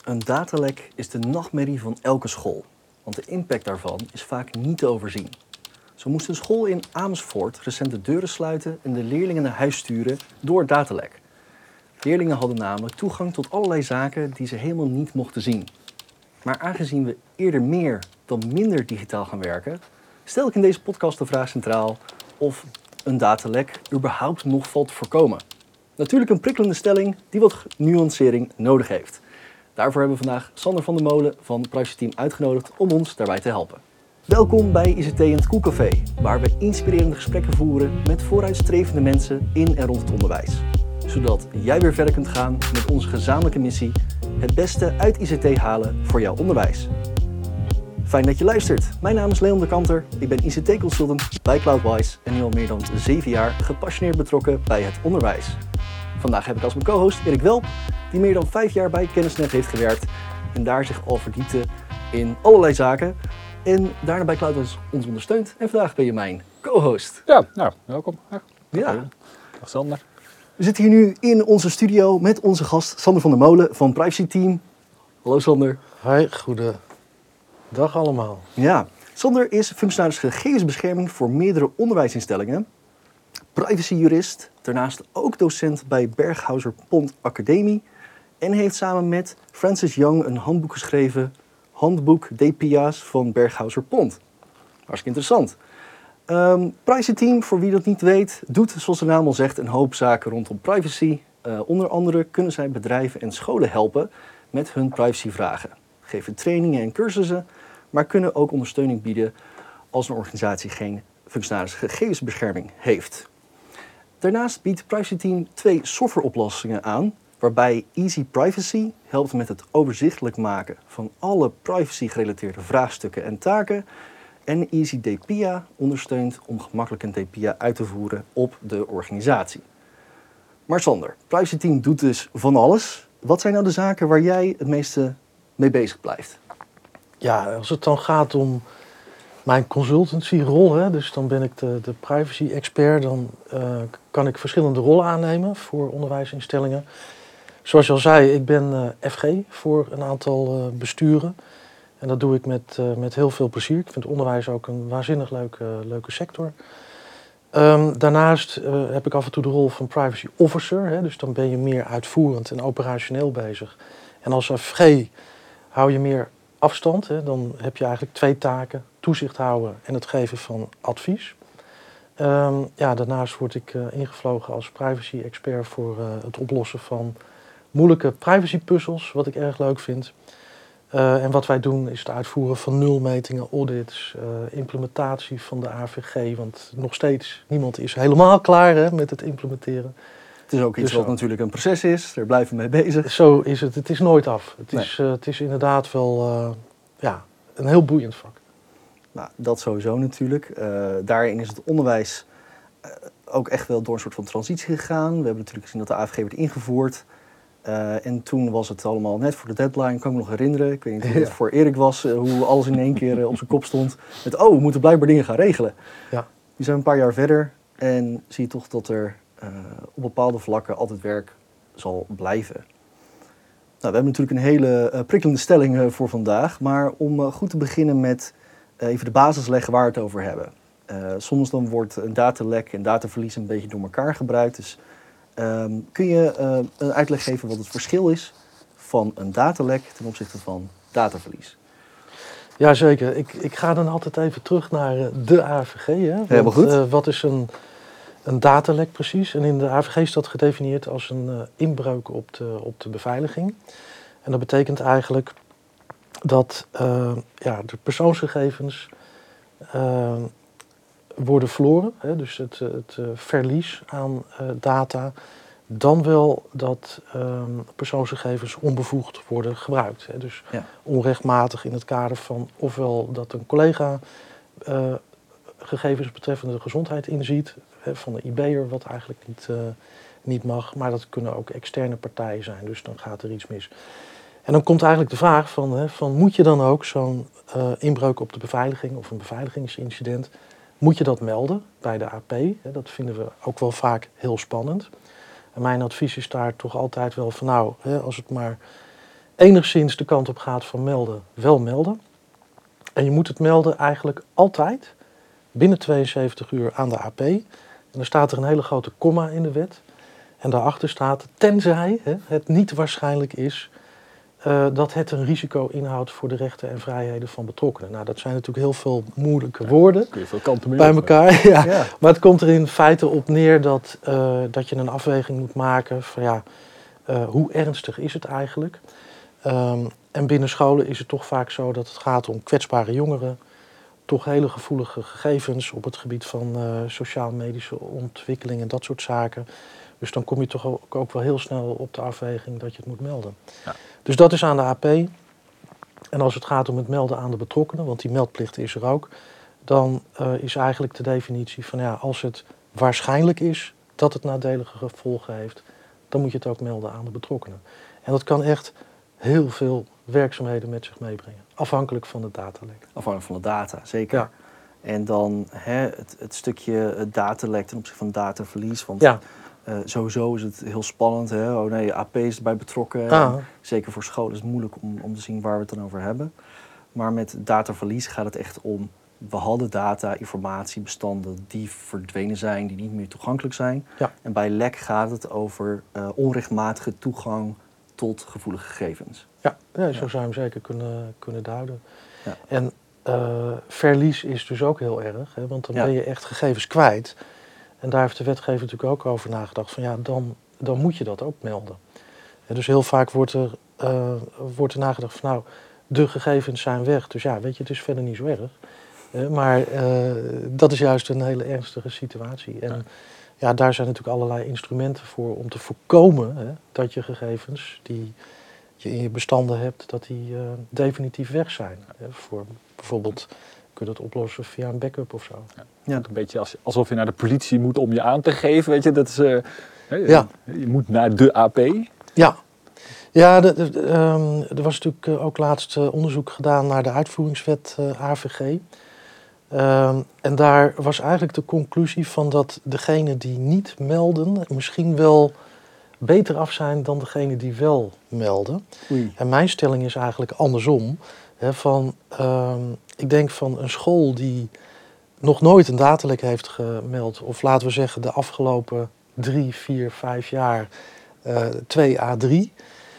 Een datalek is de nachtmerrie van elke school, want de impact daarvan is vaak niet te overzien. Zo moest een school in Amersfoort recent de deuren sluiten en de leerlingen naar huis sturen door het datalek. Leerlingen hadden namelijk toegang tot allerlei zaken die ze helemaal niet mochten zien. Maar aangezien we eerder meer dan minder digitaal gaan werken, stel ik in deze podcast de vraag centraal of een datalek überhaupt nog valt te voorkomen. Natuurlijk een prikkelende stelling die wat nuancering nodig heeft. Daarvoor hebben we vandaag Sander van der Molen van Privacy Team uitgenodigd om ons daarbij te helpen. Welkom bij ICT in het Koelcafé, waar we inspirerende gesprekken voeren met vooruitstrevende mensen in en rond het onderwijs. Zodat jij weer verder kunt gaan met onze gezamenlijke missie: het beste uit ICT halen voor jouw onderwijs. Fijn dat je luistert. Mijn naam is Leon de Kanter. Ik ben ICT-consultant bij Cloudwise en nu al meer dan 7 jaar gepassioneerd betrokken bij het onderwijs. Vandaag heb ik als mijn co-host Erik Welp, die meer dan 5 jaar bij Kennisnet heeft gewerkt en daar zich al verdiepte in allerlei zaken. En daarna bij Cloudwise ons ondersteunt. En vandaag ben je mijn co-host. Ja, nou, welkom. Ja. Dag Sander. We zitten hier nu in onze studio met onze gast Sander van der Molen van Privacy Team. Hallo Sander. Hoi, goedendag allemaal. Ja, Sander is functionaris gegevensbescherming voor meerdere onderwijsinstellingen, privacyjurist, daarnaast ook docent bij Berghouser Pont Academie en heeft samen met Francis Young een handboek geschreven, Handboek DPIA's van Berghouser Pont. Hartstikke interessant. Privacy Team, voor wie dat niet weet, doet zoals de naam al zegt een hoop zaken rondom privacy. Onder andere kunnen zij bedrijven en scholen helpen met hun privacyvragen. Geven trainingen en cursussen, maar kunnen ook ondersteuning bieden als een organisatie geen functionaris gegevensbescherming heeft. Daarnaast biedt Privacy Team 2 softwareoplossingen aan, waarbij Easy Privacy helpt met het overzichtelijk maken van alle privacy-gerelateerde vraagstukken en taken. En Easy DPIA ondersteunt om gemakkelijk een DPIA uit te voeren op de organisatie. Maar Sander, Privacy Team doet dus van alles. Wat zijn nou de zaken waar jij het meeste mee bezig blijft? Ja, als het dan gaat om mijn consultancyrol, dus dan ben ik de privacy-expert, dan kan ik verschillende rollen aannemen voor onderwijsinstellingen. Zoals je al zei, ik ben FG voor een aantal besturen. En dat doe ik met heel veel plezier. Ik vind onderwijs ook een waanzinnig leuke sector. Daarnaast heb ik af en toe de rol van privacy officer. Dus dan ben je meer uitvoerend en operationeel bezig. En als FG hou je meer afstand. Dan heb je eigenlijk 2 taken. Toezicht houden en het geven van advies. Daarnaast word ik ingevlogen als privacy-expert voor het oplossen van moeilijke privacypuzzels, wat ik erg leuk vind. En wat wij doen is het uitvoeren van nulmetingen, audits, implementatie van de AVG. Want nog steeds niemand is helemaal klaar met het implementeren. Het is ook iets wat natuurlijk een proces is, daar blijven we mee bezig. Zo is het. Het is nooit af. Het is inderdaad wel een heel boeiend vak. Nou, dat sowieso natuurlijk. Daarin is het onderwijs ook echt wel door een soort van transitie gegaan. We hebben natuurlijk gezien dat de AVG werd ingevoerd. En toen was het allemaal net voor de deadline, kan ik me nog herinneren. Ik weet niet hoe het voor Erik was, hoe alles in één keer op zijn kop stond. Met, we moeten blijkbaar dingen gaan regelen. Ja. Nu zijn we een paar jaar verder en zie je toch dat er op bepaalde vlakken altijd werk zal blijven. Nou, we hebben natuurlijk een hele prikkelende stelling voor vandaag. Maar om goed te beginnen met even de basis leggen waar we het over hebben. Soms dan wordt een datalek en dataverlies een beetje door elkaar gebruikt. Dus kun je een uitleg geven wat het verschil is van een datalek ten opzichte van dataverlies? Jazeker. Ik ga dan altijd even terug naar de AVG. Helemaal goed. Wat is een datalek precies? En in de AVG is dat gedefinieerd als een inbreuk op de beveiliging. En dat betekent eigenlijk dat de persoonsgegevens worden verloren. Dus het verlies aan data. Dan wel dat persoonsgegevens onbevoegd worden gebruikt. Dus onrechtmatig in het kader van ofwel dat een collega gegevens betreffende de gezondheid inziet van de IB'er, wat eigenlijk niet mag. Maar dat kunnen ook externe partijen zijn, dus dan gaat er iets mis. En dan komt eigenlijk de vraag van moet je dan ook zo'n inbreuk op de beveiliging of een beveiligingsincident, moet je dat melden bij de AP? Dat vinden we ook wel vaak heel spannend. En mijn advies is daar toch altijd wel van als het maar enigszins de kant op gaat van melden, wel melden. En je moet het melden eigenlijk altijd binnen 72 uur aan de AP. En dan staat er een hele grote komma in de wet. En daarachter staat, tenzij het niet waarschijnlijk is dat het een risico inhoudt voor de rechten en vrijheden van betrokkenen. Nou, dat zijn natuurlijk heel veel moeilijke woorden Kun je veel kanten mee bij op, elkaar. Ja. Ja. Maar het komt er in feite op neer dat je een afweging moet maken van hoe ernstig is het eigenlijk? En binnen scholen is het toch vaak zo dat het gaat om kwetsbare jongeren, toch hele gevoelige gegevens op het gebied van sociaal-medische ontwikkeling en dat soort zaken. Dus dan kom je toch ook wel heel snel op de afweging dat je het moet melden. Ja. Dus dat is aan de AP. En als het gaat om het melden aan de betrokkenen, want die meldplicht is er ook, dan is eigenlijk de definitie van als het waarschijnlijk is dat het nadelige gevolgen heeft, dan moet je het ook melden aan de betrokkenen. En dat kan echt heel veel werkzaamheden met zich meebrengen, afhankelijk van de datalek. Afhankelijk van de data, zeker. Ja. En dan het stukje datalek ten opzichte van dataverlies. Want Ja, sowieso is het heel spannend. Hè? Oh nee, AP is erbij betrokken. Ah. En zeker voor scholen is het moeilijk om te zien waar we het dan over hebben. Maar met dataverlies gaat het echt om, we hadden data, informatiebestanden die verdwenen zijn, die niet meer toegankelijk zijn. Ja. En bij lek gaat het over onrechtmatige toegang tot gevoelige gegevens. ja, zo zou je hem zeker kunnen duiden. Ja. En verlies is dus ook heel erg, want dan Ja. ben je echt gegevens kwijt. En daar heeft de wetgever natuurlijk ook over nagedacht van dan moet je dat ook melden. En dus heel vaak wordt er nagedacht van de gegevens zijn weg. Dus het is verder niet zo erg. Maar dat is juist een hele ernstige situatie. En daar zijn natuurlijk allerlei instrumenten voor om te voorkomen dat je gegevens die je in je bestanden hebt, dat die definitief weg zijn. Voor bijvoorbeeld kun je dat oplossen via een backup of zo. Ja. Een beetje alsof je naar de politie moet om je aan te geven, weet je. Dat is, Ja. Je moet naar de AP. Ja, er was natuurlijk ook laatst onderzoek gedaan naar de uitvoeringswet AVG. En daar was eigenlijk de conclusie van dat degenen die niet melden misschien wel beter af zijn dan degenen die wel melden. Oei. En mijn stelling is eigenlijk andersom. Ik denk van een school die nog nooit een datalek heeft gemeld, of laten we zeggen de afgelopen 3, 4, 5 jaar 2 à 3,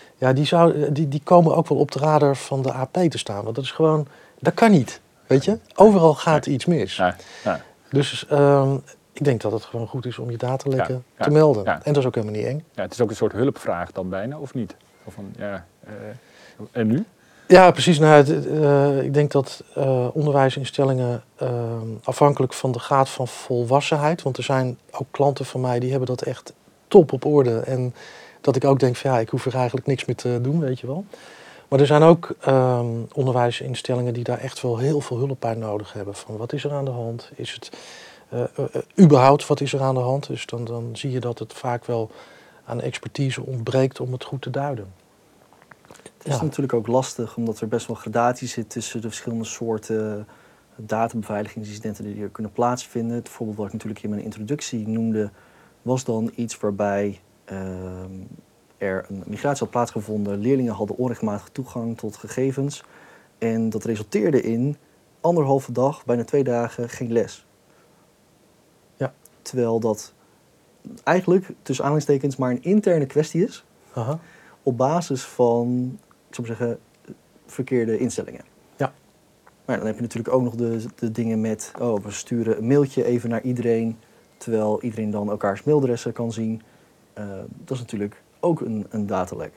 die komen ook wel op de radar van de AP te staan. Want dat is gewoon, dat kan niet, weet je. Overal gaat iets mis. Ja. Ja. Dus ik denk dat het gewoon goed is om je datalekken te melden. Ja. En dat is ook helemaal niet eng. Ja, het is ook een soort hulpvraag dan bijna, of niet? Of en nu? Ja, precies. Ik denk dat onderwijsinstellingen afhankelijk van de graad van volwassenheid, want er zijn ook klanten van mij die hebben dat echt top op orde. En dat ik ook denk van ik hoef er eigenlijk niks meer te doen, weet je wel. Maar er zijn ook onderwijsinstellingen die daar echt wel heel veel hulp bij nodig hebben. Van wat is er aan de hand? Is het überhaupt wat is er aan de hand? Dus dan zie je dat het vaak wel aan expertise ontbreekt om het goed te duiden. Het is natuurlijk ook lastig, omdat er best wel gradatie zit tussen de verschillende soorten databeveiligingsincidenten die er kunnen plaatsvinden. Het voorbeeld wat ik natuurlijk in mijn introductie noemde, was dan iets waarbij er een migratie had plaatsgevonden. Leerlingen hadden onrechtmatige toegang tot gegevens. En dat resulteerde in 1,5 dag, bijna 2 dagen, geen les. Ja. Terwijl dat eigenlijk, tussen aanhalingstekens, maar een interne kwestie is. Aha. Op basis van, ik zou maar zeggen, verkeerde instellingen. Ja. Maar dan heb je natuurlijk ook nog de dingen met, we sturen een mailtje even naar iedereen, terwijl iedereen dan elkaars mailadressen kan zien. Dat is natuurlijk ook een datalek.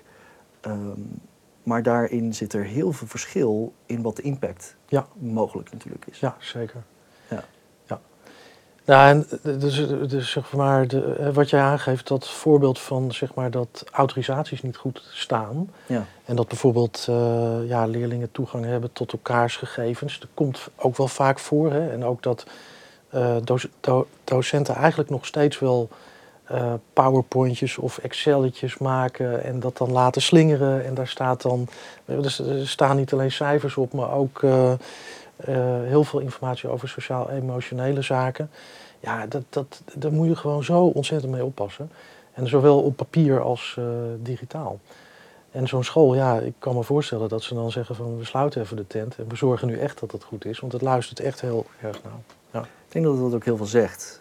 Maar daarin zit er heel veel verschil in wat de impact mogelijk natuurlijk is. Ja, zeker. Ja. Nou, en dus zeg maar, wat jij aangeeft, dat voorbeeld van zeg maar, dat autorisaties niet goed staan. Ja. En dat bijvoorbeeld leerlingen toegang hebben tot elkaars gegevens. Dat komt ook wel vaak voor. Hè? En ook dat docenten eigenlijk nog steeds wel PowerPointjes of Excelletjes maken en dat dan laten slingeren. En daar staat dan, er staan niet alleen cijfers op, maar ook heel veel informatie over sociaal-emotionele zaken. Ja, daar moet je gewoon zo ontzettend mee oppassen. En zowel op papier als digitaal. En zo'n school, ja, ik kan me voorstellen dat ze dan zeggen van we sluiten even de tent en we zorgen nu echt dat het goed is, want het luistert echt heel erg nauw. Ik denk dat dat ook heel veel zegt.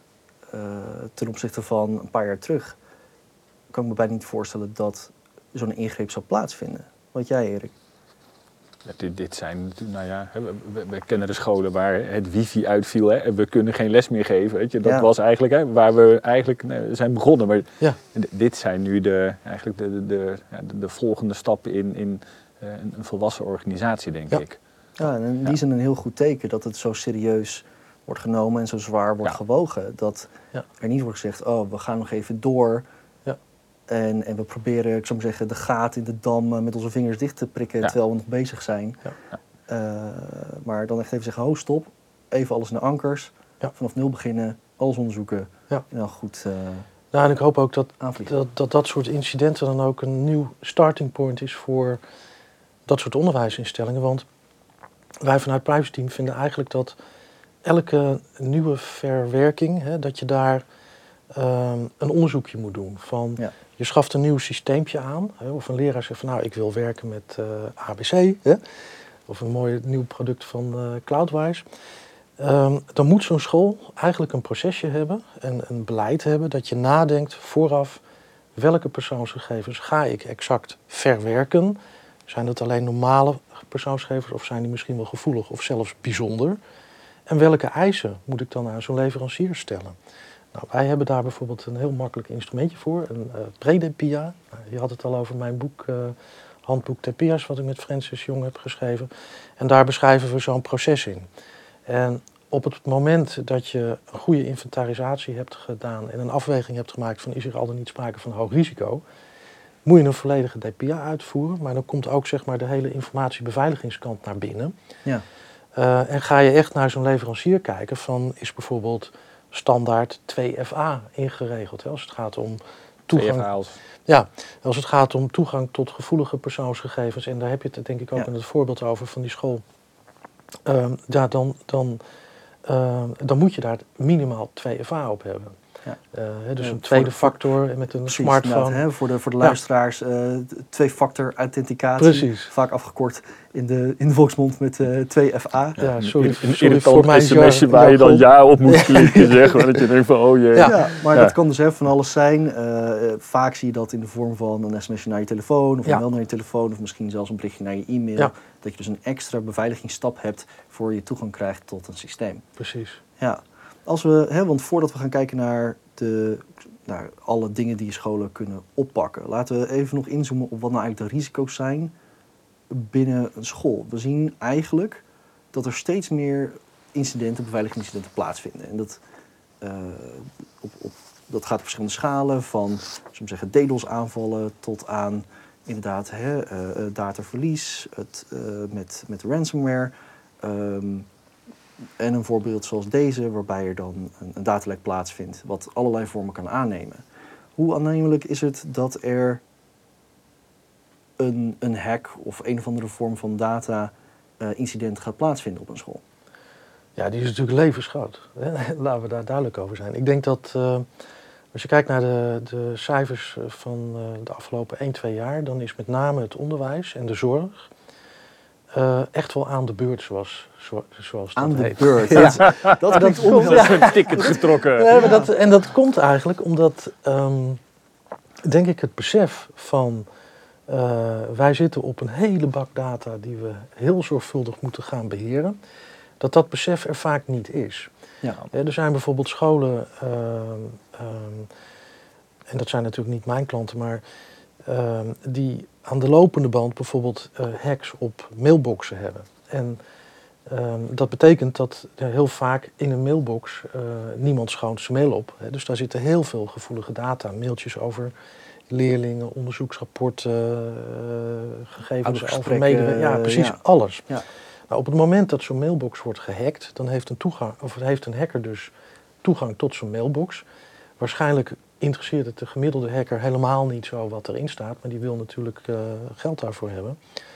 Ten opzichte van een paar jaar terug kan ik me bijna niet voorstellen dat zo'n ingreep zou plaatsvinden. Wat jij, Erik? Ja, dit zijn, nou ja, we kennen de scholen waar het wifi uitviel hè, en we kunnen geen les meer geven. Weet je. Dat was eigenlijk waar we eigenlijk zijn begonnen. Maar dit zijn nu eigenlijk de volgende stappen in een volwassen organisatie, denk ik. Ja, en in die zin een heel goed teken dat het zo serieus wordt genomen en zo zwaar wordt gewogen. Dat er niet wordt gezegd, oh, we gaan nog even door. Ja. En we proberen, ik zou maar zeggen, de gaten in de dam met onze vingers dicht te prikken terwijl we nog bezig zijn. Ja. Maar dan echt even zeggen, ho, stop. Even alles naar ankers. Ja. Vanaf nul beginnen, alles onderzoeken. Ja. En dan goed en ik hoop ook dat soort incidenten dan ook een nieuw starting point is voor dat soort onderwijsinstellingen. Want wij vanuit Privacy Team vinden eigenlijk dat elke nieuwe verwerking, dat je daar een onderzoekje moet doen. Van, je schaft een nieuw systeempje aan, of een leraar zegt van nou ik wil werken met ABC, of een mooi nieuw product van Cloudwise. Dan moet zo'n school eigenlijk een procesje hebben en een beleid hebben dat je nadenkt vooraf welke persoonsgegevens ga ik exact verwerken. Zijn dat alleen normale persoonsgegevens of zijn die misschien wel gevoelig of zelfs bijzonder? En welke eisen moet ik dan aan zo'n leverancier stellen? Nou, wij hebben daar bijvoorbeeld een heel makkelijk instrumentje voor, een PreDPIA. Je had het al over mijn boek, Handboek TPIA's, wat ik met Francis Jong heb geschreven. En daar beschrijven we zo'n proces in. En op het moment dat je een goede inventarisatie hebt gedaan en een afweging hebt gemaakt van is er al dan niet sprake van hoog risico, moet je een volledige DPIA uitvoeren, maar dan komt ook zeg maar de hele informatiebeveiligingskant naar binnen. Ja. En ga je echt naar zo'n leverancier kijken van is bijvoorbeeld standaard 2FA ingeregeld. Hè, als het gaat om toegang. Ja, als het gaat om toegang tot gevoelige persoonsgegevens, en daar heb je het denk ik ook in het voorbeeld over van die school. Dan moet je daar minimaal 2FA op hebben. Ja. Dus een tweede factor met een smartphone. Hè, voor de luisteraars, twee-factor authenticatie. Precies. Vaak afgekort in de volksmond met 2FA. Ja, sorry voor mijn sms'je waar je dan ja op moet klikken, zeg maar. Dat je denkt van, oh jee. Ja, maar dat kan dus van alles zijn. Vaak zie je dat in de vorm van een sms'je naar je telefoon, of een mail naar je telefoon, of misschien zelfs een berichtje naar je e-mail. Ja. Dat je dus een extra beveiligingsstap hebt voor je toegang krijgt tot een systeem. Precies. Ja. Want voordat we gaan kijken naar alle dingen die scholen kunnen oppakken, laten we even nog inzoomen op wat nou eigenlijk de risico's zijn binnen een school. We zien eigenlijk dat er steeds meer beveiligingsincidenten plaatsvinden. En dat gaat op verschillende schalen, van DDoS aanvallen tot aan inderdaad dataverlies, met ransomware. En een voorbeeld zoals deze, waarbij er dan een datalek plaatsvindt, wat allerlei vormen kan aannemen. Hoe aannemelijk is het dat er een hack of een of andere vorm van data-incident gaat plaatsvinden op een school? Ja, die is natuurlijk levensgroot. Laten we daar duidelijk over zijn. Ik denk dat als je kijkt naar de cijfers van de afgelopen 1-2 jaar, dan is met name het onderwijs en de zorg echt wel aan de beurt, zoals dat aan heet. Aan de beurt? Ja. Dat klinkt ongeveer een ticket getrokken. Ja, en dat komt eigenlijk omdat, denk ik, het besef van wij zitten op een hele bak data die we heel zorgvuldig moeten gaan beheren, dat besef er vaak niet is. Ja. Er zijn bijvoorbeeld scholen, en dat zijn natuurlijk niet mijn klanten, maar die aan de lopende band bijvoorbeeld hacks op mailboxen hebben. En dat betekent dat heel vaak in een mailbox niemand schoont zijn mail op. Dus daar zitten heel veel gevoelige data, mailtjes over leerlingen, onderzoeksrapporten, gegevens over medewerkers. Ja, precies alles. Ja. Nou, op het moment dat zo'n mailbox wordt gehackt, dan heeft een hacker dus toegang tot zo'n mailbox. Waarschijnlijk interesseert het de gemiddelde hacker helemaal niet zo wat erin staat, maar die wil natuurlijk geld daarvoor hebben.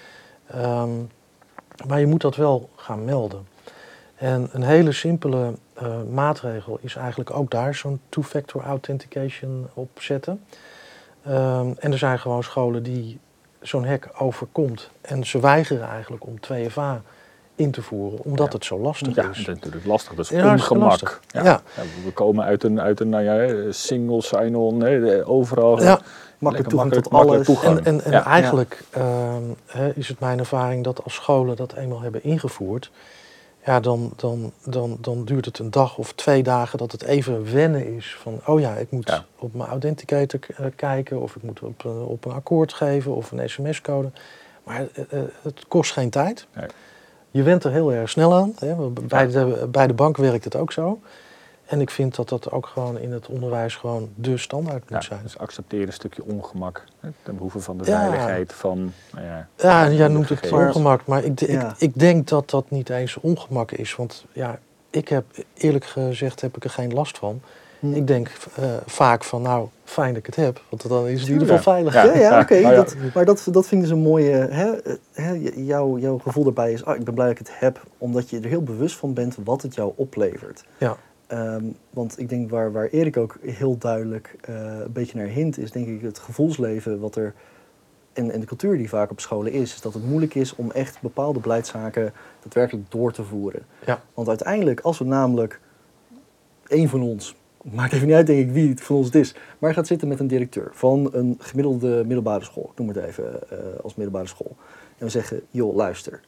Maar je moet dat wel gaan melden. En een hele simpele maatregel is eigenlijk ook daar zo'n two-factor authentication op zetten. En er zijn gewoon scholen die zo'n hek overkomt. En ze weigeren eigenlijk om 2FA in te voeren, omdat het zo lastig is. Ja, dat is natuurlijk lastig. Dat is Ja, ongemak. lastig. Ja. Ja. Ja, we komen uit een single sign-on, overal. Ja. Makkelijk toegang tot makkelijk alles. toegang. En eigenlijk is het mijn ervaring dat als scholen dat eenmaal hebben ingevoerd, ja, dan duurt het een dag of 2 dagen dat het even wennen is van, oh ja, ik moet op mijn authenticator kijken, of ik moet op een akkoord geven of een sms-code. Maar het kost geen tijd. Nee. Je went er heel erg snel aan. Hè. Bij de bank werkt het ook zo. En ik vind dat dat ook gewoon in het onderwijs gewoon de standaard moet zijn. Dus accepteer een stukje ongemak ten behoeve van de veiligheid van... Ja, jij noemt het gegevens. ongemak, maar ik denk dat dat niet eens ongemak is. Want ja, ik heb eerlijk gezegd heb ik er geen last van. Ik denk vaak van, nou, fijn dat ik het heb, want dan is het in ieder geval veilig. Ja, oké. Maar dat vind ik dus een mooie... Jouw gevoel daarbij is, ik ben blij dat ik het heb, omdat je er heel bewust van bent wat het jou oplevert. Ja. Want ik denk waar Erik ook heel duidelijk een beetje naar hint, is denk ik het gevoelsleven wat er en de cultuur die vaak op scholen is dat het moeilijk is om echt bepaalde beleidszaken daadwerkelijk door te voeren. Ja. Want uiteindelijk, als we namelijk één van ons, maakt even niet uit denk ik wie het van ons het is, maar gaat zitten met een directeur van een gemiddelde middelbare school, ik noem het even als middelbare school, en we zeggen, joh, luister,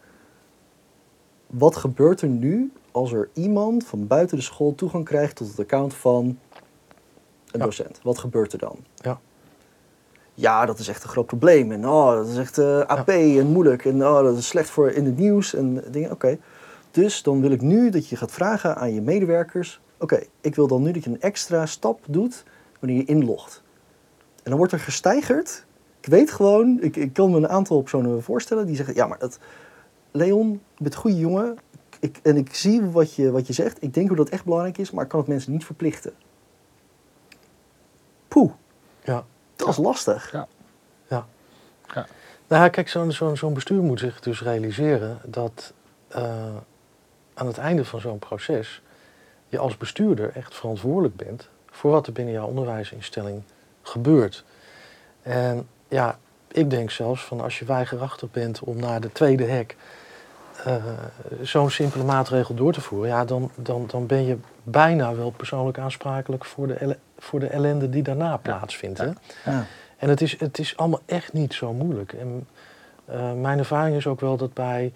wat gebeurt er nu als er iemand van buiten de school toegang krijgt tot het account van een docent? Wat gebeurt er dan? Ja, dat is echt een groot probleem. En dat is echt AP en moeilijk. En dat is slecht voor in het nieuws en dingen. Oké. Dus dan wil ik nu dat je gaat vragen aan je medewerkers. Oké, ik wil dan nu dat je een extra stap doet wanneer je inlogt. En dan wordt er gesteigerd. Ik weet gewoon, ik kan me een aantal personen voorstellen die zeggen, ja, maar Leon, je bent een goede jongen. Ik zie wat je zegt. Ik denk dat dat echt belangrijk is, maar ik kan het mensen niet verplichten. Poeh. Ja. Dat is lastig. Ja. Nou, kijk, zo'n bestuur moet zich dus realiseren dat aan het einde van zo'n proces je als bestuurder echt verantwoordelijk bent voor wat er binnen jouw onderwijsinstelling gebeurt. En ja, ik denk zelfs van als je weigerachtig bent om naar de tweede hek zo'n simpele maatregel door te voeren, ja, dan ben je bijna wel persoonlijk aansprakelijk voor de ellende die daarna plaatsvindt. Hè? Ja. En het is allemaal echt niet zo moeilijk. En mijn ervaring is ook wel dat bij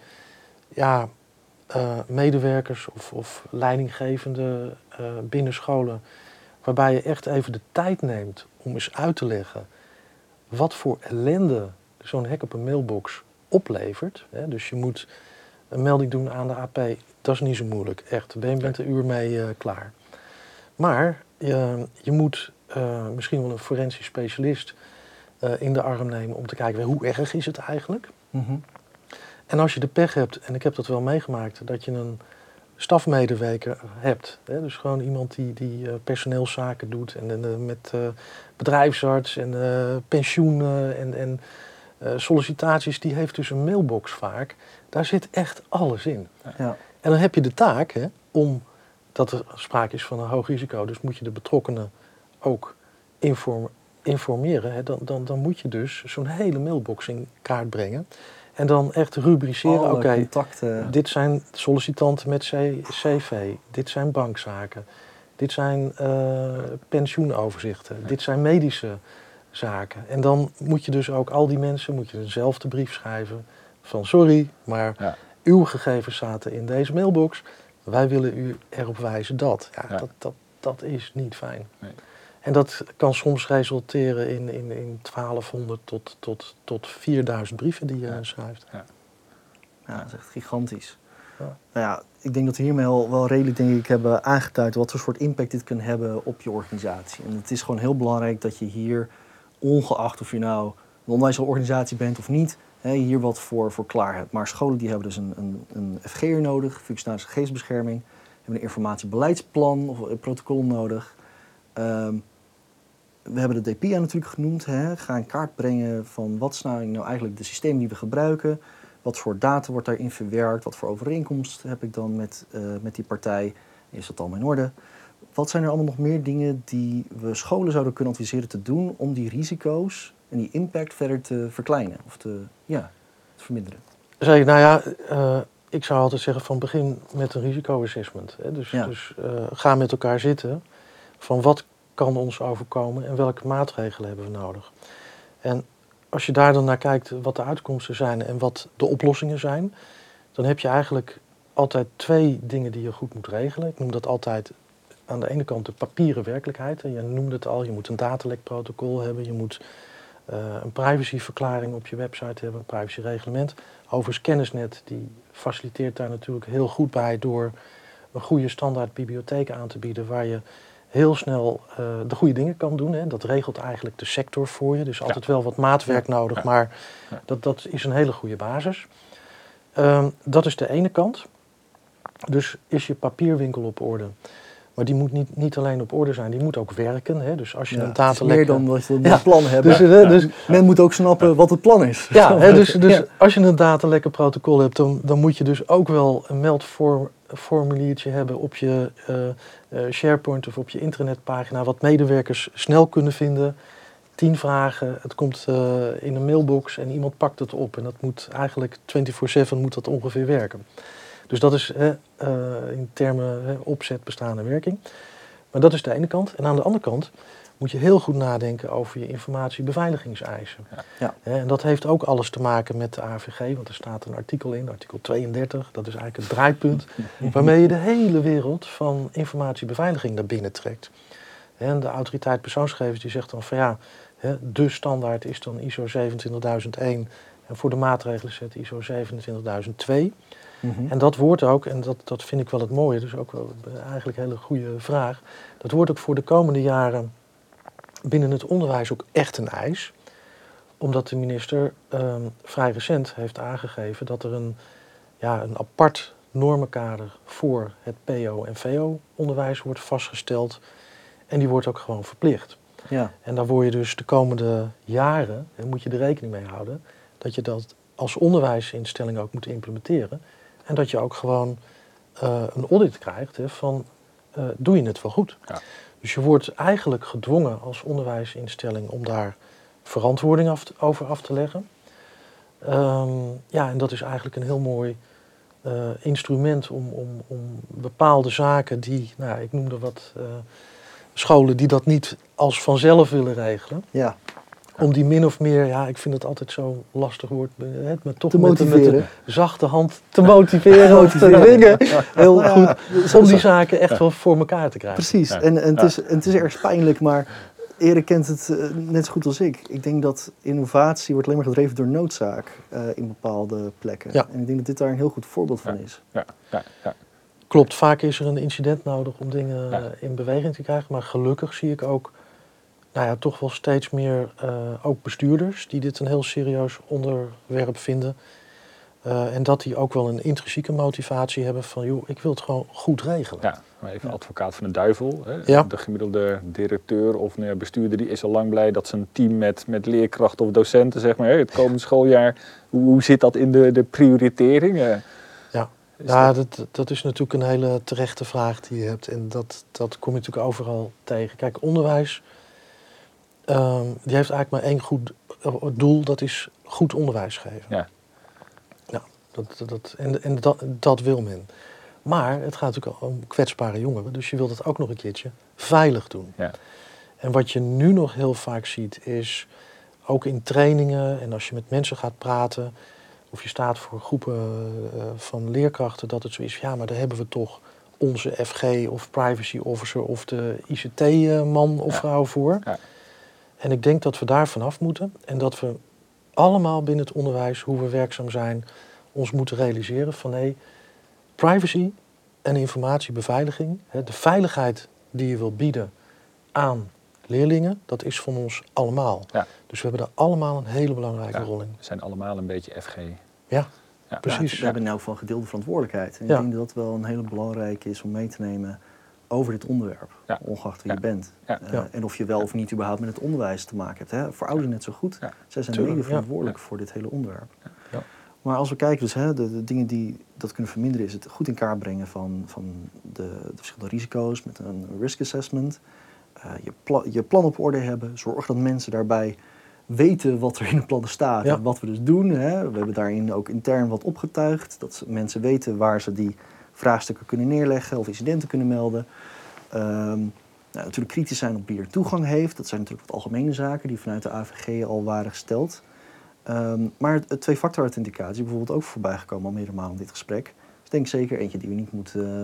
medewerkers of leidinggevenden binnen scholen, waarbij je echt even de tijd neemt om eens uit te leggen wat voor ellende zo'n hek op een mailbox oplevert. Hè? Dus je moet een melding doen aan de AP, dat is niet zo moeilijk, echt. Je bent een uur mee klaar. Maar je moet misschien wel een forensisch specialist in de arm nemen om te kijken hoe erg is het eigenlijk. Mm-hmm. En als je de pech hebt, en ik heb dat wel meegemaakt, dat je een stafmedewerker hebt. Hè, dus gewoon iemand die personeelszaken doet en met bedrijfsarts en pensioenen en sollicitaties, die heeft dus een mailbox vaak. Daar zit echt alles in. Ja. En dan heb je de taak om dat er sprake is van een hoog risico, dus moet je de betrokkenen ook informeren. Hè. Dan moet je dus zo'n hele mailbox in kaart brengen. En dan echt rubriceren, oké, dit zijn sollicitanten met CV, dit zijn bankzaken, dit zijn pensioenoverzichten, dit zijn medische zaken. En dan moet je dus ook al die mensen, moet je dezelfde brief schrijven van sorry, maar uw gegevens zaten in deze mailbox. Wij willen u erop wijzen dat. Dat is niet fijn. Nee. En dat kan soms resulteren in 1200 tot 4000 brieven die je schrijft. Ja, dat is echt gigantisch. Ja. Nou ja, ik denk dat we hiermee wel redelijk hebben aangeduid wat voor soort impact dit kan hebben op je organisatie. En het is gewoon heel belangrijk dat je hier, ongeacht of je nou een onderwijsorganisatie bent of niet, hier wat voor klaar hebt. Maar scholen die hebben dus een FG'er nodig, functionaris gegevensbescherming, hebben een informatiebeleidsplan of een protocol nodig. We hebben de DPA natuurlijk genoemd. Ga in kaart brengen van wat is nou eigenlijk de systemen die we gebruiken. Wat voor data wordt daarin verwerkt? Wat voor overeenkomst heb ik dan met die partij? Is dat allemaal in orde? Wat zijn er allemaal nog meer dingen die we scholen zouden kunnen adviseren te doen om die risico's en die impact verder te verkleinen of te verminderen? Zeker, nou ja, ik zou altijd zeggen van begin met een risicoassessment. Hè. Dus ga met elkaar zitten van wat kan ons overkomen en welke maatregelen hebben we nodig. En als je daar dan naar kijkt wat de uitkomsten zijn en wat de oplossingen zijn, dan heb je eigenlijk altijd 2 dingen die je goed moet regelen. Ik noem dat altijd aan de ene kant de papieren werkelijkheid. Je noemde het al, je moet een datalekprotocol hebben, je moet een privacyverklaring op je website hebben, een privacyreglement. Overigens Kennisnet die faciliteert daar natuurlijk heel goed bij door een goede standaard bibliotheek aan te bieden waar je heel snel de goede dingen kan doen. Hè. Dat regelt eigenlijk de sector voor je. Dus altijd wel wat maatwerk nodig, maar dat is een hele goede basis. Dat is de ene kant. Dus is je papierwinkel op orde. Maar die moet niet alleen op orde zijn, die moet ook werken. Hè. Dus als je een datalek... meer dan dat je een plan hebt. Dus men moet ook snappen wat het plan is. Ja, hè, dus als je een datalekkenprotocol hebt, dan moet je dus ook wel een meldformuliertje hebben op je SharePoint of op je internetpagina, wat medewerkers snel kunnen vinden. 10 vragen, het komt in een mailbox en iemand pakt het op. En dat moet eigenlijk 24/7 moet dat ongeveer werken. Dus dat is in termen opzet, bestaan en werking. Maar dat is de ene kant. En aan de andere kant moet je heel goed nadenken over je informatiebeveiligingseisen. Ja. En dat heeft ook alles te maken met de AVG, want er staat een artikel in, artikel 32. Dat is eigenlijk het draaipunt waarmee je de hele wereld van informatiebeveiliging naar binnen trekt. En de autoriteit persoonsgegevens die zegt dan van de standaard is dan ISO 27001 en voor de maatregelen zet ISO 27002. En dat wordt ook, en dat vind ik wel het mooie, dus ook wel eigenlijk een hele goede vraag, dat wordt ook voor de komende jaren binnen het onderwijs ook echt een eis. Omdat de minister vrij recent heeft aangegeven dat er een apart normenkader voor het PO- en VO-onderwijs wordt vastgesteld. En die wordt ook gewoon verplicht. Ja. En daar word je dus de komende jaren, moet je er rekening mee houden, dat je dat als onderwijsinstelling ook moet implementeren. En dat je ook gewoon een audit krijgt van, doe je het wel goed? Ja. Dus je wordt eigenlijk gedwongen als onderwijsinstelling om daar verantwoording over af te leggen. En dat is eigenlijk een heel mooi instrument om bepaalde zaken die, ik noemde wat scholen die dat niet als vanzelf willen regelen. Ja. Om die min of meer, ik vind het altijd zo'n lastig woord, maar toch met de zachte hand te motiveren of te dwingen. Heel goed, om die zaken echt wel voor elkaar te krijgen. Precies, en het is erg pijnlijk, maar Erik kent het net zo goed als ik. Ik denk dat innovatie wordt alleen maar gedreven door noodzaak in bepaalde plekken. Ja. En ik denk dat dit daar een heel goed voorbeeld van is. Ja. Klopt, vaak is er een incident nodig om dingen in beweging te krijgen, maar gelukkig zie ik ook toch wel steeds meer ook bestuurders die dit een heel serieus onderwerp vinden. En dat die ook wel een intrinsieke motivatie hebben van, ik wil het gewoon goed regelen. Ja, maar even advocaat van de duivel. Hè? Ja. De gemiddelde directeur of bestuurder die is al lang blij dat zijn team met leerkrachten of docenten, zeg maar, het komende schooljaar, hoe zit dat in de prioritering? Dat is natuurlijk een hele terechte vraag die je hebt. En dat kom je natuurlijk overal tegen. Kijk, onderwijs, die heeft eigenlijk maar één goed doel, dat is goed onderwijs geven. Ja. Dat wil men. Maar het gaat natuurlijk om kwetsbare jongeren, dus je wilt het ook nog een keertje veilig doen. Ja. En wat je nu nog heel vaak ziet is, ook in trainingen en als je met mensen gaat praten, of je staat voor groepen van leerkrachten, dat het zo is, maar daar hebben we toch onze FG of privacy officer of de ICT-man of vrouw voor. Ja. En ik denk dat we daar vanaf moeten en dat we allemaal binnen het onderwijs, hoe we werkzaam zijn, ons moeten realiseren van privacy en informatiebeveiliging, de veiligheid die je wil bieden aan leerlingen, dat is van ons allemaal. Ja. Dus we hebben daar allemaal een hele belangrijke rol in. We zijn allemaal een beetje FG. Ja, precies. Ja, we hebben in elk geval gedeelde verantwoordelijkheid. En ik denk dat dat wel een hele belangrijke is om mee te nemen over dit onderwerp, ongeacht wie je bent. En of je wel of niet überhaupt met het onderwijs te maken hebt. Hè? Voor ouders net zo goed. Ja. Zij zijn mede verantwoordelijk voor dit hele onderwerp. Ja. Maar als we kijken, dus de dingen die dat kunnen verminderen, is het goed in kaart brengen van de verschillende risico's met een risk assessment. Je plan op orde hebben. Zorg dat mensen daarbij weten wat er in de plannen staat en wat we dus doen. Hè. We hebben daarin ook intern wat opgetuigd. Dat mensen weten waar ze die vraagstukken kunnen neerleggen of incidenten kunnen melden. Natuurlijk kritisch zijn op wie er toegang heeft. Dat zijn natuurlijk wat algemene zaken die vanuit de AVG al waren gesteld. Maar het twee-factor authenticatie bijvoorbeeld ook voorbij gekomen al meerdere malen in dit gesprek. Dus denk zeker eentje die we niet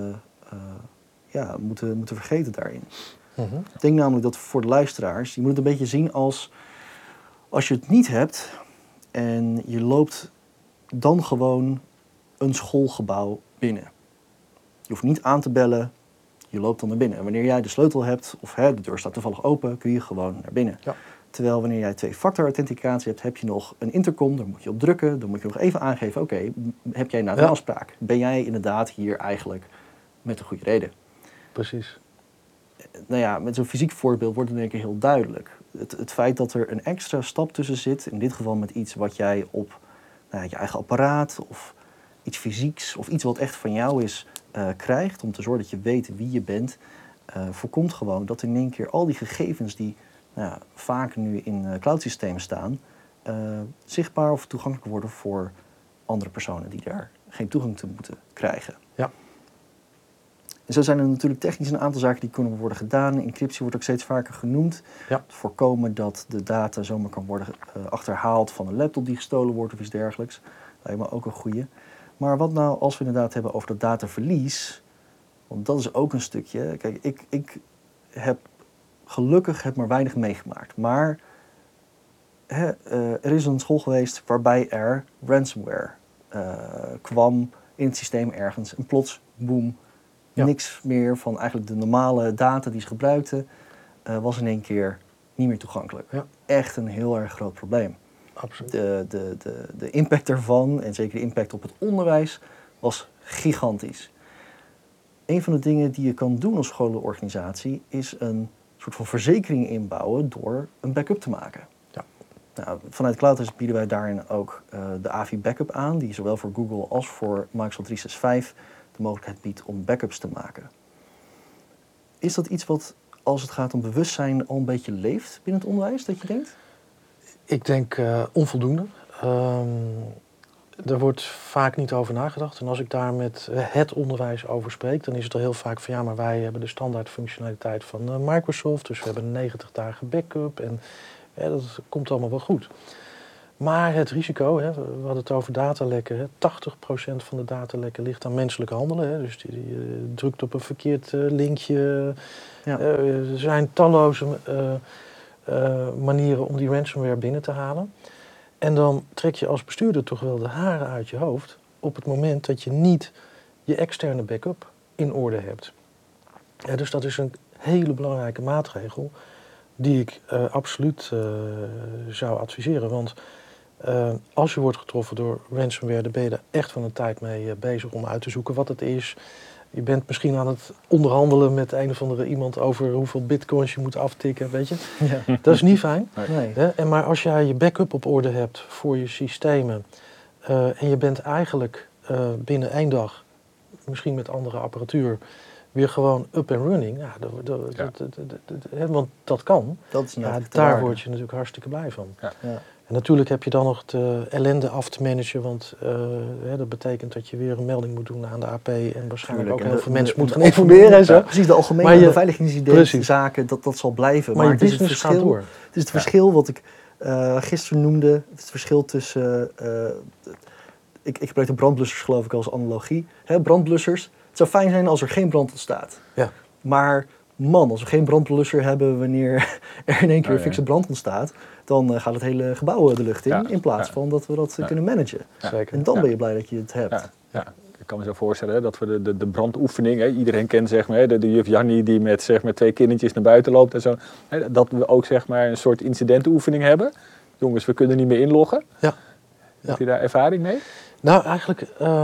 moeten vergeten daarin. Mm-hmm. Ik denk namelijk dat voor de luisteraars, je moet het een beetje zien als je het niet hebt en je loopt dan gewoon een schoolgebouw binnen. Je hoeft niet aan te bellen, je loopt dan naar binnen. En wanneer jij de sleutel hebt of de deur staat toevallig open, kun je gewoon naar binnen. Ja. Terwijl wanneer jij twee-factor authenticatie hebt, heb je nog een intercom, daar moet je op drukken, dan moet je nog even aangeven, oké, heb jij nou een afspraak? Ben jij inderdaad hier eigenlijk met een goede reden? Precies. Nou ja, met zo'n fysiek voorbeeld wordt het in één keer heel duidelijk. Het feit dat er een extra stap tussen zit, in dit geval met iets wat jij op je eigen apparaat of iets fysieks of iets wat echt van jou is, krijgt, om te zorgen dat je weet wie je bent, voorkomt gewoon dat in één keer al die gegevens die vaak nu in cloud-systemen staan, zichtbaar of toegankelijk worden voor andere personen die daar geen toegang te moeten krijgen. Ja. En zo zijn er natuurlijk technisch een aantal zaken die kunnen worden gedaan. Encryptie wordt ook steeds vaker genoemd. Ja. Voorkomen dat de data zomaar kan worden achterhaald van een laptop die gestolen wordt of iets dergelijks. Lijkt me ook een goeie. Maar wat nou als we inderdaad hebben over dat dataverlies? Want dat is ook een stukje. Kijk, ik heb gelukkig maar weinig meegemaakt. Maar er is een school geweest waarbij er ransomware kwam in het systeem ergens. En plots, boem, niks meer van eigenlijk de normale data die ze gebruikten, was in één keer niet meer toegankelijk. Ja. Echt een heel erg groot probleem. Absoluut. De impact daarvan, en zeker de impact op het onderwijs, was gigantisch. Een van de dingen die je kan doen als scholenorganisatie is een soort van verzekering inbouwen door een backup te maken. Ja. Nou, vanuit Cloudhuis bieden wij daarin ook de AVI Backup aan, die zowel voor Google als voor Microsoft 365 de mogelijkheid biedt om backups te maken. Is dat iets wat, als het gaat om bewustzijn, al een beetje leeft binnen het onderwijs, dat je denkt? Ik denk onvoldoende. Er wordt vaak niet over nagedacht. En als ik daar met het onderwijs over spreek, dan is het al heel vaak van maar wij hebben de standaard functionaliteit van Microsoft, dus we hebben een 90 dagen backup en dat komt allemaal wel goed. Maar het risico, we hadden het over datalekken, 80% van de datalekken ligt aan menselijk handelen. Dus die drukt op een verkeerd linkje. Ja. Er zijn talloze manieren om die ransomware binnen te halen. En dan trek je als bestuurder toch wel de haren uit je hoofd op het moment dat je niet je externe backup in orde hebt. Dus dat is een hele belangrijke maatregel die ik absoluut zou adviseren. Want als je wordt getroffen door ransomware, dan ben je er echt van een tijd mee bezig om uit te zoeken wat het is. Je bent misschien aan het onderhandelen met een of andere iemand over hoeveel bitcoins je moet aftikken, weet je. Ja. Dat is niet fijn. Nee. Maar als jij je backup op orde hebt voor je systemen en je bent eigenlijk binnen 1 dag, misschien met andere apparatuur, weer gewoon up and running. Want dat kan. Dat is daar word je natuurlijk hartstikke blij van. Ja. Ja. En natuurlijk heb je dan nog de ellende af te managen, want dat betekent dat je weer een melding moet doen aan de AP en waarschijnlijk ook heel veel mensen moeten gaan informeren en zo. Ja, precies, de algemene beveiligingsidee-zaken, dat zal blijven. Maar het business gaat door. Het is het verschil wat ik gisteren noemde, het verschil tussen, ik gebruik de brandblussers geloof ik als analogie. Brandblussers, het zou fijn zijn als er geen brand ontstaat. Ja. Maar man, als we geen brandblusser hebben wanneer er in één keer een fikse brand ontstaat, dan gaat het hele gebouw de lucht in plaats van dat we dat kunnen managen. Ja. En dan ben je blij dat je het hebt. Ja. Ik kan me zo voorstellen dat we de brandoefening, iedereen kent zeg maar, de juf Jannie die met zeg maar 2 kindertjes naar buiten loopt en zo, dat we ook zeg maar een soort incidentoefening hebben. Jongens, we kunnen niet meer inloggen. Ja. Heb je daar ervaring mee? Nou, eigenlijk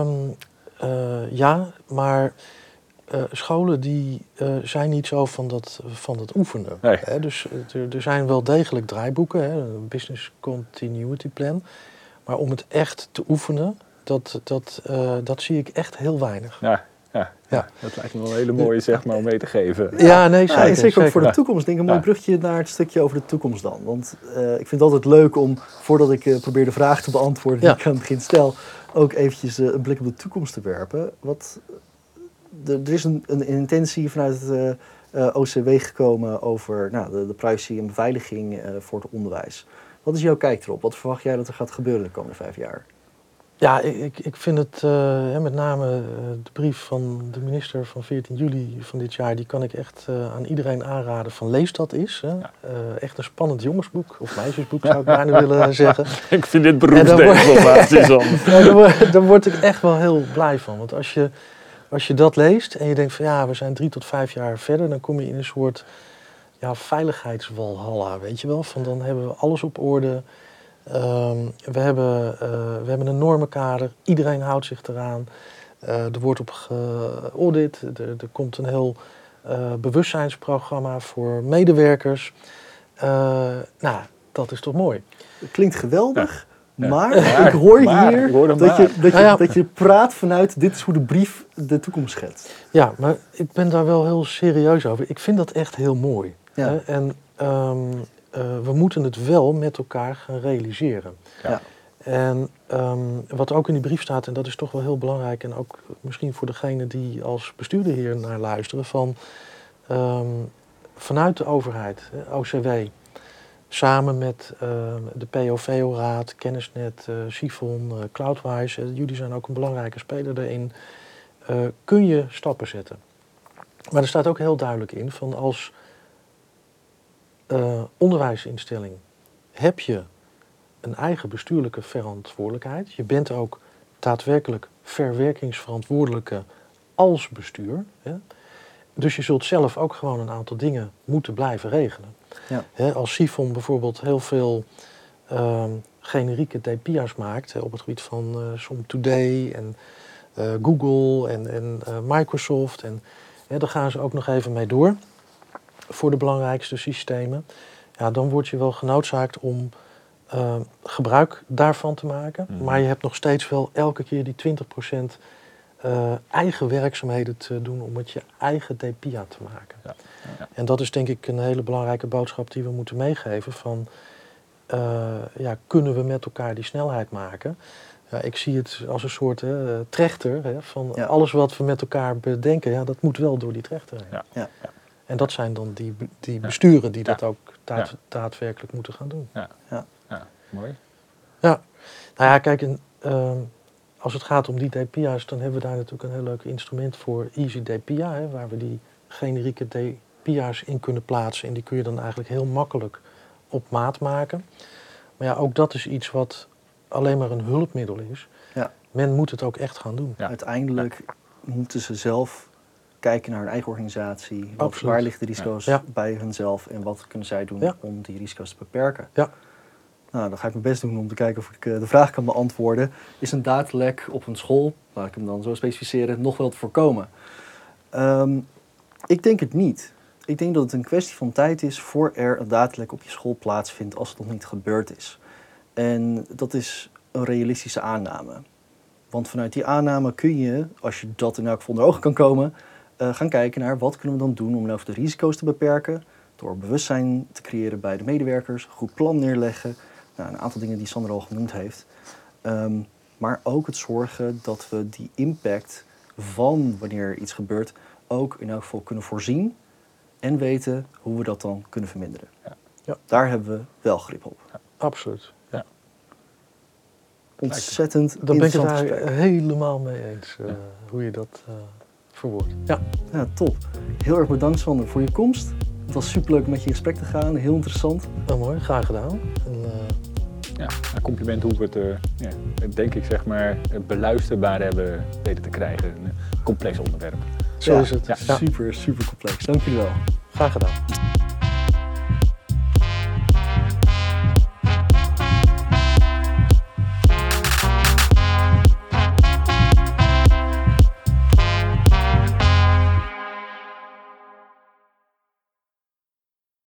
ja, maar scholen die zijn niet zo van dat oefenen. Nee. Dus er zijn wel degelijk draaiboeken, een business continuity plan. Maar om het echt te oefenen, dat zie ik echt heel weinig. Ja, Ja, dat lijkt me wel een hele mooie zeg maar om mee te geven. Ja, nee, zeker. En zeker ook voor de toekomst. Denk een mooi bruggetje naar het stukje over de toekomst dan. Want ik vind het altijd leuk om, voordat ik probeer de vraag te beantwoorden die ik aan het begin stel, ook eventjes een blik op de toekomst te werpen. Er is een intentie vanuit het OCW gekomen over de privacy en beveiliging voor het onderwijs. Wat is jouw kijk erop? Wat verwacht jij dat er gaat gebeuren de komende 5 jaar? Ja, ik vind het met name de brief van de minister van 14 juli van dit jaar, die kan ik echt aan iedereen aanraden van lees dat eens. Hè. Ja. Echt een spannend jongensboek, of meisjesboek zou ik bijna willen zeggen. Ik vind dit beroepsdeformaties daar word ik echt wel heel blij van. Want als je dat leest en je denkt van ja, we zijn 3 tot 5 jaar verder, dan kom je in een soort veiligheidswalhalla, weet je wel. Van dan hebben we alles op orde. We hebben een normenkader, iedereen houdt zich eraan. Er wordt op geaudit, er komt een heel bewustzijnsprogramma voor medewerkers. Dat is toch mooi? Het klinkt geweldig, maar ik hoor hier dat je praat vanuit dit is hoe de brief de toekomst schetst. Ja, maar ik ben daar wel heel serieus over. Ik vind dat echt heel mooi. Ja. Hè? En we moeten het wel met elkaar gaan realiseren. Ja. En wat ook in die brief staat, en dat is toch wel heel belangrijk, en ook misschien voor degene die als bestuurder hier naar luisteren, vanuit de overheid, OCW, samen met de POVO-raad, Kennisnet, Sifon, Cloudwise, jullie zijn ook een belangrijke speler daarin, kun je stappen zetten. Maar er staat ook heel duidelijk in van als onderwijsinstelling heb je een eigen bestuurlijke verantwoordelijkheid. Je bent ook daadwerkelijk verwerkingsverantwoordelijke als bestuur. Hè? Dus je zult zelf ook gewoon een aantal dingen moeten blijven regelen. Ja. Hè, als Sifon bijvoorbeeld heel veel generieke DPIA's maakt op het gebied van Som Today en Google en Microsoft. En daar gaan ze ook nog even mee door voor de belangrijkste systemen. Ja, dan word je wel genoodzaakt om gebruik daarvan te maken. Mm-hmm. Maar je hebt nog steeds wel elke keer die 20% eigen werkzaamheden te doen om het je eigen DPIA te maken. Ja. Ja. En dat is denk ik een hele belangrijke boodschap die we moeten meegeven van kunnen we met elkaar die snelheid maken? Ja, ik zie het als een soort trechter van alles wat we met elkaar bedenken, dat moet wel door die trechter heen. Ja. Ja. Ja. En dat zijn dan die besturen die dat ook daadwerkelijk moeten gaan doen. Ja, mooi. Ja, nou ja, kijk, als het gaat om die DPIA's, dan hebben we daar natuurlijk een heel leuk instrument voor, Easy DPIA, waar we die generieke DPIA's in kunnen plaatsen. En die kun je dan eigenlijk heel makkelijk op maat maken. Maar ja, ook dat is iets wat alleen maar een hulpmiddel is. Ja. Men moet het ook echt gaan doen. Ja. Uiteindelijk moeten ze zelf kijken naar hun eigen organisatie. Waar liggen de risico's bij hunzelf en wat kunnen zij doen om die risico's te beperken? Ja. Nou, dan ga ik mijn best doen om te kijken of ik de vraag kan beantwoorden. Is een datalek op een school, laat ik hem dan zo specificeren, nog wel te voorkomen? Ik denk het niet. Ik denk dat het een kwestie van tijd is voor er een datalek op je school plaatsvindt als het nog niet gebeurd is. En dat is een realistische aanname. Want vanuit die aanname kun je, als je dat in elk geval onder ogen kan komen, gaan kijken naar wat kunnen we dan doen om nou de risico's te beperken. Door bewustzijn te creëren bij de medewerkers, een goed plan neerleggen. Nou, een aantal dingen die Sander al genoemd heeft. Maar ook het zorgen dat we die impact van wanneer iets gebeurt ook in elk geval kunnen voorzien. En weten hoe we dat dan kunnen verminderen. Ja. Ja. Daar hebben we wel grip op. Ja, absoluut. Ja. Ontzettend daar ben ik het daar helemaal mee eens. Hoe je dat verwoordt. Ja. Ja, top. Heel erg bedankt Sander voor je komst. Het was superleuk om met je in gesprek te gaan. Heel interessant. Oh, mooi, graag gedaan. Een compliment hoe we het, denk ik, zeg maar, beluisterbaar hebben weten te krijgen. Een complex onderwerp. Zo is het. Ja. Super complex. Dank jullie wel. Graag gedaan.